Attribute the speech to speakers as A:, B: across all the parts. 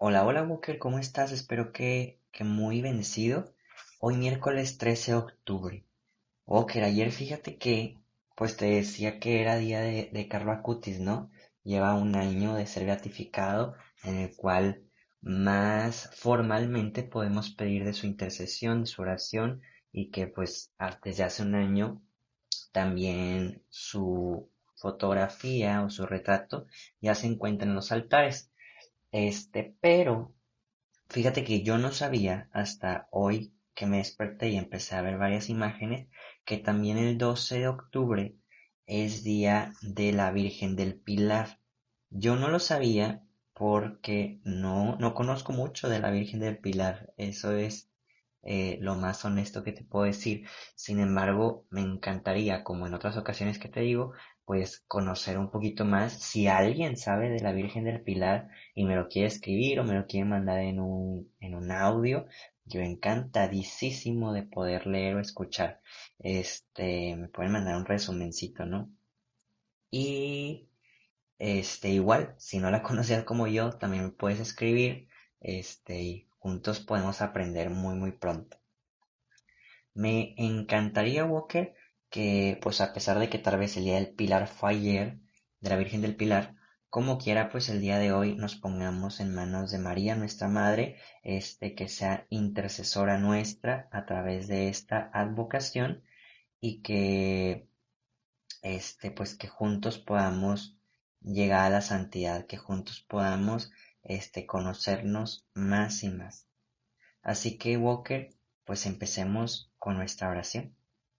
A: Hola, hola Walker, ¿cómo estás? Espero que muy bendecido. Hoy miércoles 13 de octubre. Walker, ayer fíjate que, pues te decía que era día de Carlo Acutis, ¿no? Lleva un año de ser beatificado en el cual más formalmente podemos pedir de su intercesión, de su oración y que pues desde hace un año también su fotografía o su retrato ya se encuentra en los altares. Pero fíjate que yo no sabía hasta hoy que me desperté y empecé a ver varias imágenes que también el 12 de octubre es día de la Virgen del Pilar. Yo no lo sabía porque no conozco mucho de la Virgen del Pilar. Eso es lo más honesto que te puedo decir. Sin embargo, me encantaría, como en otras ocasiones que te digo, pues conocer un poquito más. Si alguien sabe de la Virgen del Pilar y me lo quiere escribir o me lo quiere mandar en un audio, yo encantadísimo de poder leer o escuchar. Me pueden mandar un resumencito, ¿no? Y igual, si no la conocías como yo, también me puedes escribir, y juntos podemos aprender muy muy pronto. Me encantaría, Walker, que pues a pesar de que tal vez el día del Pilar fue ayer, de la Virgen del Pilar, como quiera, pues el día de hoy nos pongamos en manos de María, nuestra Madre, que sea intercesora nuestra a través de esta advocación y que, pues que juntos podamos llegar a la santidad, que juntos podamos, conocernos más y más. Así que, Walker, pues empecemos con nuestra oración.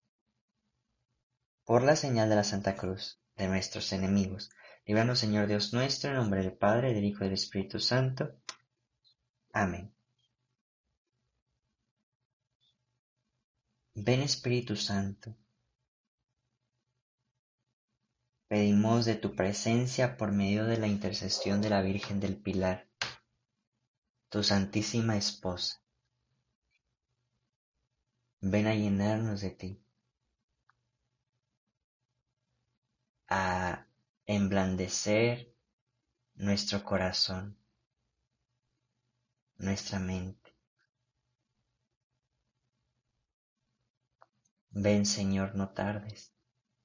A: Por la señal de la Santa Cruz, de nuestros enemigos, líbranos, Señor Dios nuestro, en nombre del Padre, del Hijo y del Espíritu Santo. Amén. Ven Espíritu Santo, pedimos de tu presencia por medio de la intercesión de la Virgen del Pilar, tu Santísima Esposa. Ven a llenarnos de ti, a emblandecer nuestro corazón, nuestra mente. Ven, Señor, no tardes.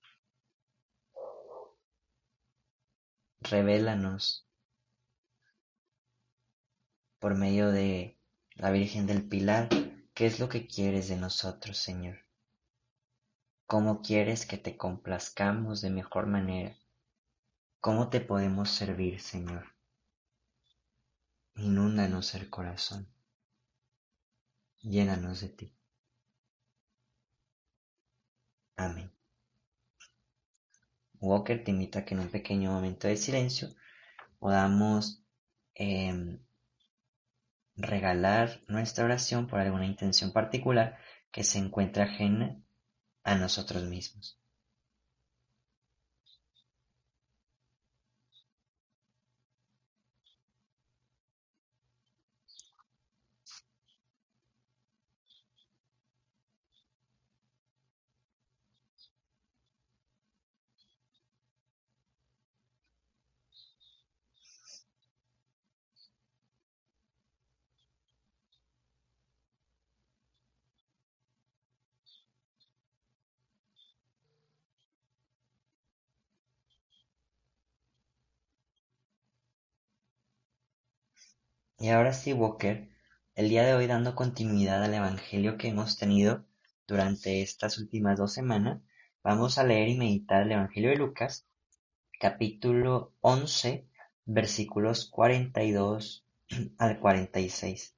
A: Revélanos por medio de la Virgen del Pilar, ¿qué es lo que quieres de nosotros, Señor? ¿Cómo quieres que te complazcamos de mejor manera? ¿Cómo te podemos servir, Señor? Inúndanos el corazón, llénanos de ti. Amén. Walker te invita a que en un pequeño momento de silencio podamos em, regalar nuestra oración por alguna intención particular que se encuentre ajena a nosotros mismos. Y ahora sí, Walker, el día de hoy dando continuidad al Evangelio que hemos tenido durante estas últimas 2 semanas, vamos a leer y meditar el Evangelio de Lucas, capítulo 11, versículos 42 al 46.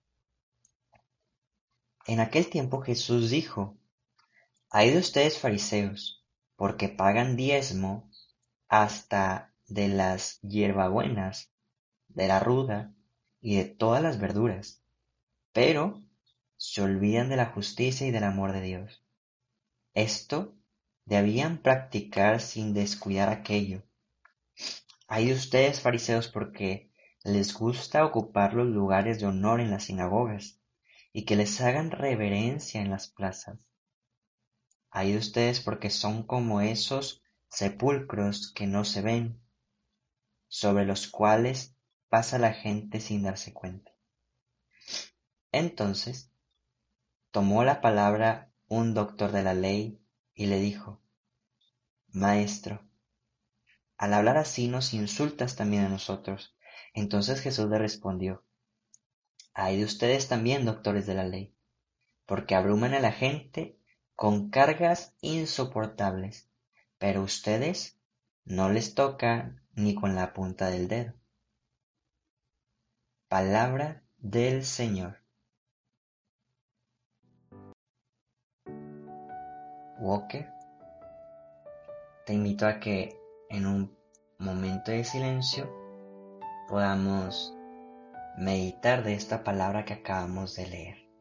A: En aquel tiempo Jesús dijo: Hay de ustedes fariseos, porque pagan diezmo hasta de las hierbabuenas, de la ruda y de todas las verduras, pero se olvidan de la justicia y del amor de Dios. Esto debían practicar sin descuidar aquello. Hay de ustedes, fariseos, porque les gusta ocupar los lugares de honor en las sinagogas y que les hagan reverencia en las plazas. Hay de ustedes porque son como esos sepulcros que no se ven, sobre los cuales pasa la gente sin darse cuenta. Entonces tomó la palabra un doctor de la ley y le dijo: Maestro, al hablar así nos insultas también a nosotros. Entonces Jesús le respondió: Ay de ustedes también, doctores de la ley, porque abruman a la gente con cargas insoportables, pero ustedes no les tocan ni con la punta del dedo. Palabra del Señor. Walker, te invito a que en un momento de silencio podamos meditar de esta palabra que acabamos de leer.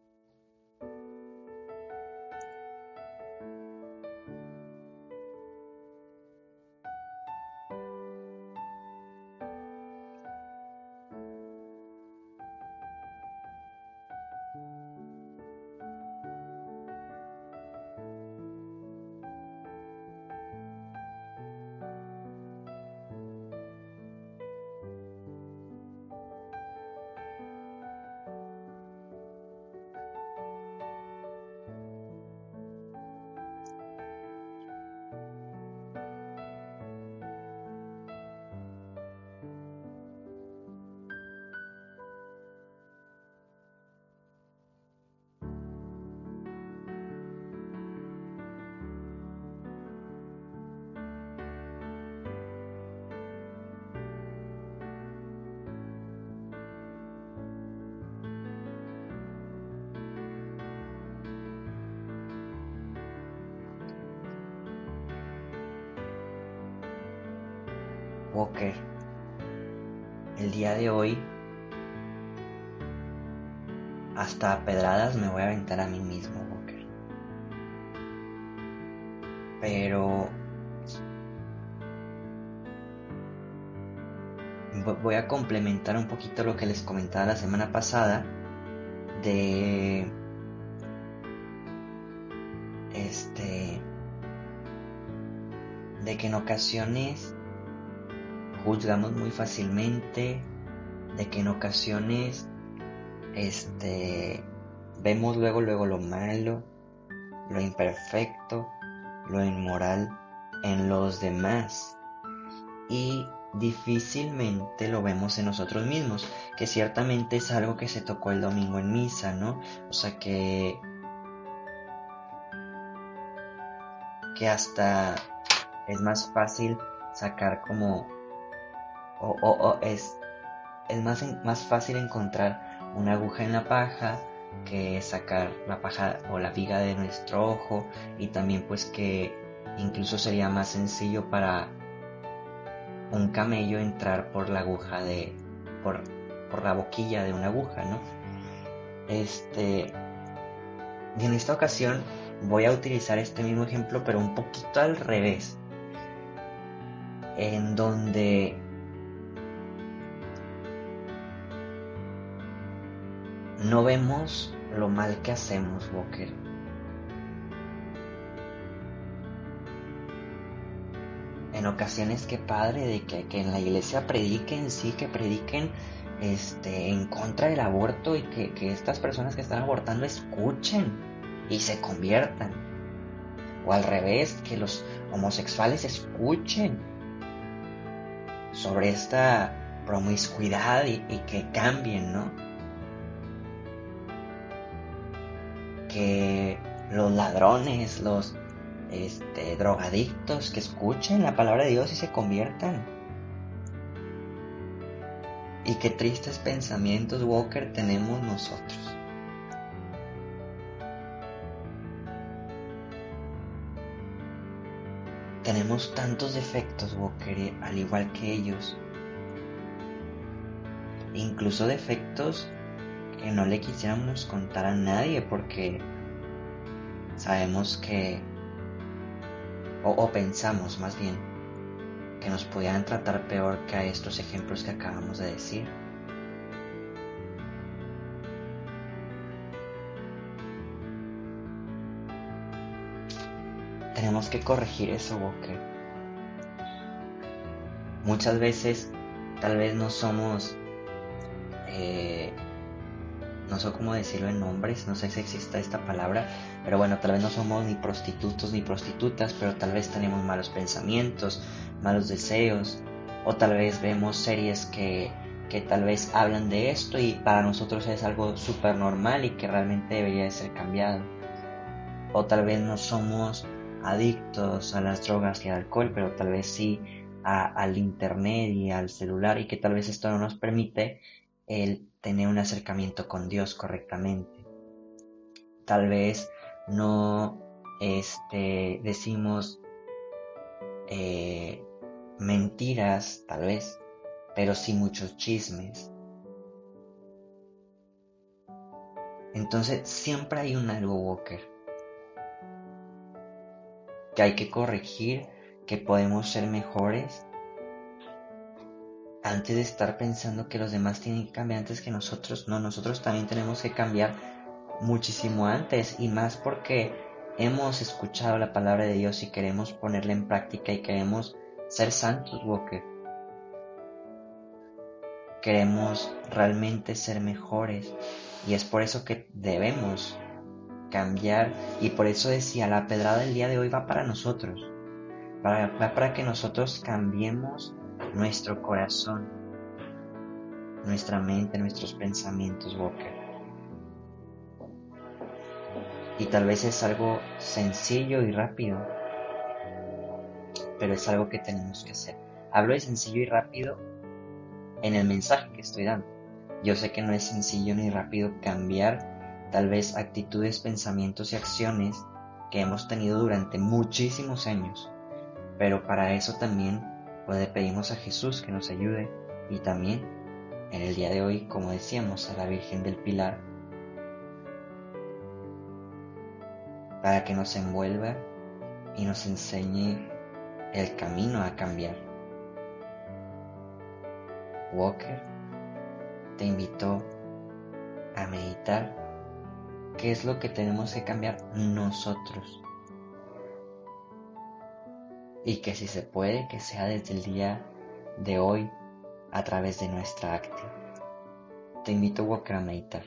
A: Walker, el día de hoy hasta a pedradas me voy a aventar a mí mismo, Walker. Pero voy a complementar un poquito lo que les comentaba la semana pasada de de que en ocasiones juzgamos muy fácilmente, de que en ocasiones vemos luego lo malo, lo imperfecto, lo inmoral en los demás y difícilmente lo vemos en nosotros mismos, que ciertamente es algo que se tocó el domingo en misa, ¿no? O sea que hasta es más fácil sacar como es más fácil encontrar una aguja en la paja que sacar la paja o la viga de nuestro ojo, y también pues que incluso sería más sencillo para un camello entrar por la aguja por la boquilla de una aguja, ¿no? Y en esta ocasión voy a utilizar este mismo ejemplo, pero un poquito al revés, en donde no vemos lo mal que hacemos, Walker. En ocasiones, qué padre de que en la iglesia prediquen, sí, que prediquen en contra del aborto, y que estas personas que están abortando escuchen y se conviertan. O al revés, que los homosexuales escuchen sobre esta promiscuidad y que cambien, ¿no? Que los ladrones, los drogadictos, que escuchen la palabra de Dios y se conviertan. Y qué tristes pensamientos, Walker, tenemos nosotros. Tenemos tantos defectos, Walker, al igual que ellos. Incluso defectos que no le quisiéramos contar a nadie, porque sabemos que, o pensamos más bien, que nos podían tratar peor que a estos ejemplos que acabamos de decir. Tenemos que corregir eso, Walker. Muchas veces tal vez no somos, eh, no sé cómo decirlo en nombres, no sé si exista esta palabra, pero bueno, tal vez no somos ni prostitutos ni prostitutas, pero tal vez tenemos malos pensamientos, malos deseos, o tal vez vemos series que tal vez hablan de esto y para nosotros es algo súper normal y que realmente debería de ser cambiado. O tal vez no somos adictos a las drogas y al alcohol, pero tal vez sí al internet y al celular y que tal vez esto no nos permite el tener un acercamiento con Dios correctamente. Tal vez no decimos eh, mentiras, tal vez, pero sí muchos chismes. Entonces siempre hay un algo, Walker, que hay que corregir, que podemos ser mejores antes de estar pensando que los demás tienen que cambiar antes que nosotros. No, nosotros también tenemos que cambiar muchísimo antes y más porque hemos escuchado la palabra de Dios y queremos ponerla en práctica y queremos ser santos, Walker. Queremos realmente ser mejores y es por eso que debemos cambiar y por eso decía, la pedrada del día de hoy va para nosotros, va para que nosotros cambiemos nuestro corazón, nuestra mente, nuestros pensamientos, Walker. Y tal vez es algo sencillo y rápido, pero es algo que tenemos que hacer. Hablo de sencillo y rápido en el mensaje que estoy dando. Yo sé que no es sencillo ni rápido cambiar tal vez actitudes, pensamientos y acciones que hemos tenido durante muchísimos años, pero para eso también pues, le pedimos a Jesús que nos ayude y también en el día de hoy, como decíamos, a la Virgen del Pilar para que nos envuelva y nos enseñe el camino a cambiar. Walker, te invito a meditar qué es lo que tenemos que cambiar nosotros y que si se puede que sea desde el día de hoy a través de nuestra actitud. Te invito, Walker, a meditar.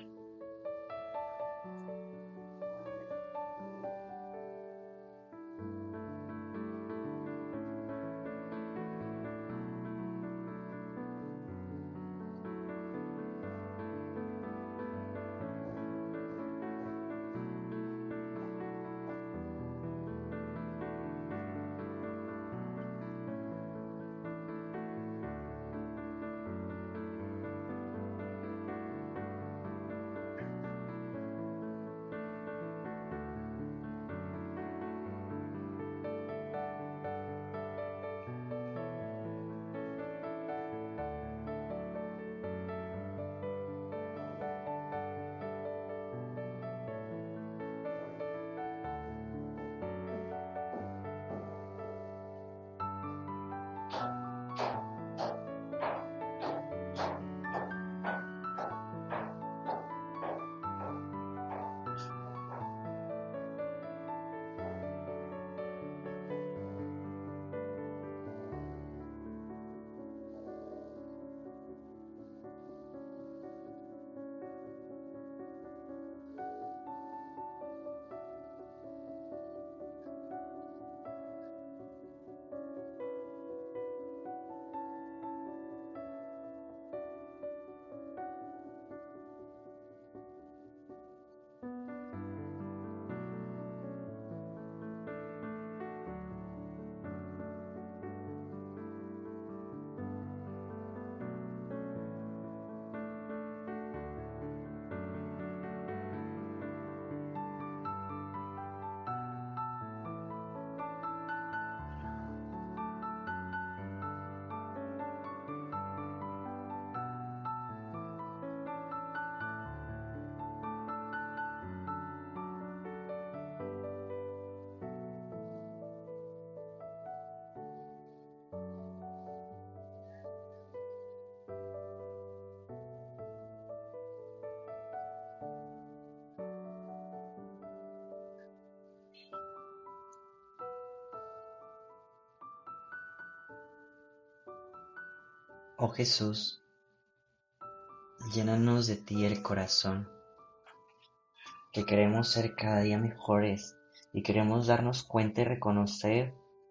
A: Oh Jesús, llénanos de ti el corazón, que queremos ser cada día mejores y queremos darnos cuenta y reconocer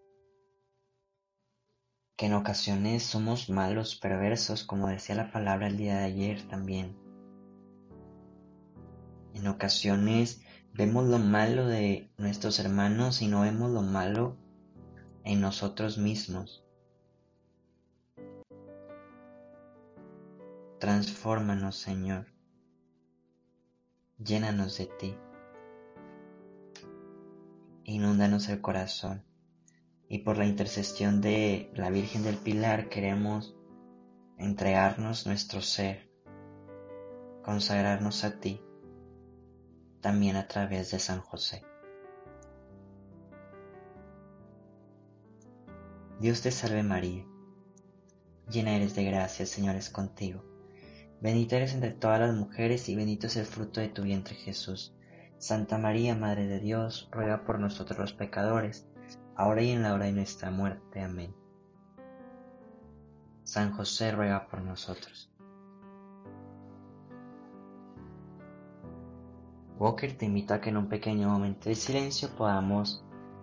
A: que en ocasiones somos malos, perversos, como decía la palabra el día de ayer también. En ocasiones vemos lo malo de nuestros hermanos y no vemos lo malo en nosotros mismos. Transfórmanos, Señor. Llénanos de ti. Inúndanos el corazón. Y por la intercesión de la Virgen del Pilar queremos entregarnos nuestro ser, consagrarnos a ti, también a través de San José. Dios te salve María, llena eres de gracia, el Señor es contigo. Bendita eres entre todas las mujeres y bendito es el fruto de tu vientre Jesús. Santa María, Madre de Dios, ruega por nosotros los pecadores, ahora y en la hora de nuestra muerte. Amén. San José, ruega por nosotros. Walker te invita a que en un pequeño momento de silencio podamos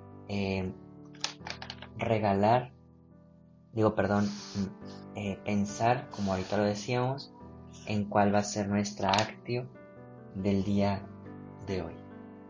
A: pensar, como ahorita lo decíamos, en cuál va a ser nuestra actio del día de hoy.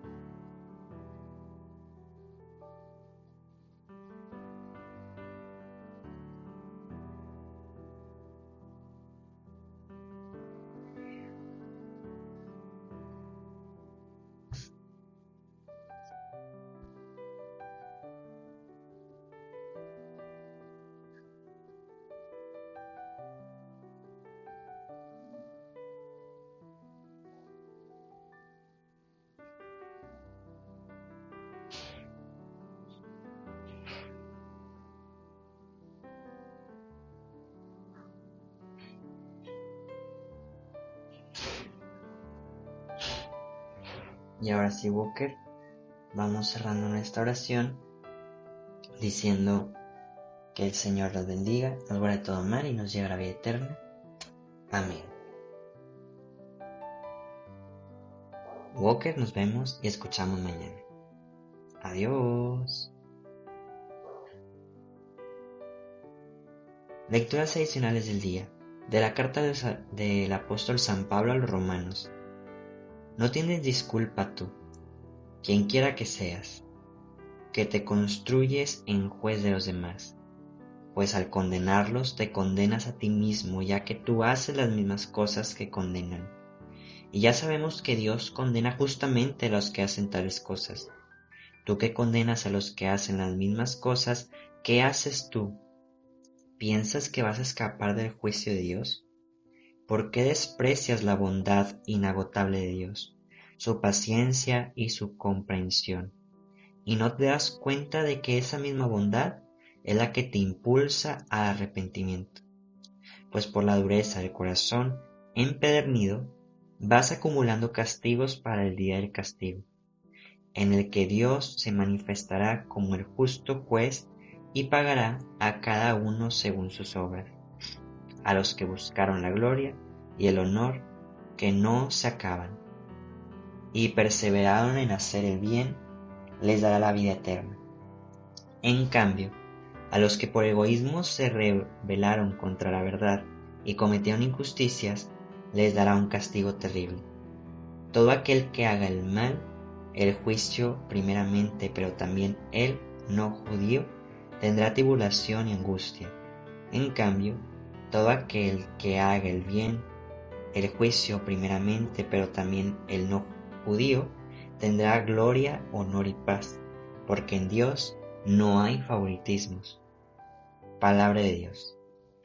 A: Y ahora sí, Walker, vamos cerrando nuestra oración diciendo que el Señor los bendiga, nos guarde de todo mal y nos lleve a la vida eterna. Amén. Walker, nos vemos y escuchamos mañana. Adiós. Lecturas adicionales del día. De la carta del apóstol San Pablo a los romanos. No tienes disculpa tú, quien quiera que seas, que te construyes en juez de los demás, pues al condenarlos te condenas a ti mismo, ya que tú haces las mismas cosas que condenan. Y ya sabemos que Dios condena justamente a los que hacen tales cosas. Tú que condenas a los que hacen las mismas cosas, ¿qué haces tú? ¿Piensas que vas a escapar del juicio de Dios? ¿Por qué desprecias la bondad inagotable de Dios, su paciencia y su comprensión? ¿Y no te das cuenta de que esa misma bondad es la que te impulsa al arrepentimiento? Pues por la dureza del corazón empedernido vas acumulando castigos para el día del castigo, en el que Dios se manifestará como el justo juez y pagará a cada uno según sus obras. A los que buscaron la gloria y el honor que no se acaban, y perseveraron en hacer el bien, les dará la vida eterna. En cambio, a los que por egoísmo se rebelaron contra la verdad y cometieron injusticias, les dará un castigo terrible. Todo aquel que haga el mal, el juicio primeramente, pero también el no judío, tendrá tribulación y angustia. En cambio, todo aquel que haga el bien, el juicio primeramente, pero también el no judío, tendrá gloria, honor y paz, porque en Dios no hay favoritismos. Palabra de Dios.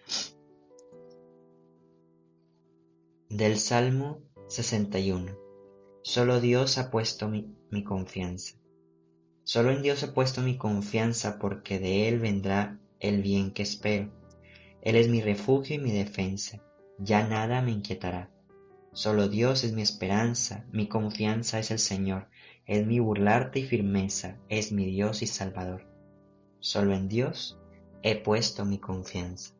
A: Del Salmo 61. Solo Dios ha puesto mi confianza. Solo en Dios he puesto mi confianza, porque de Él vendrá el bien que espero. Él es mi refugio y mi defensa, ya nada me inquietará. Solo Dios es mi esperanza, mi confianza es el Señor, es mi burlarte y firmeza, es mi Dios y Salvador. Solo en Dios he puesto mi confianza.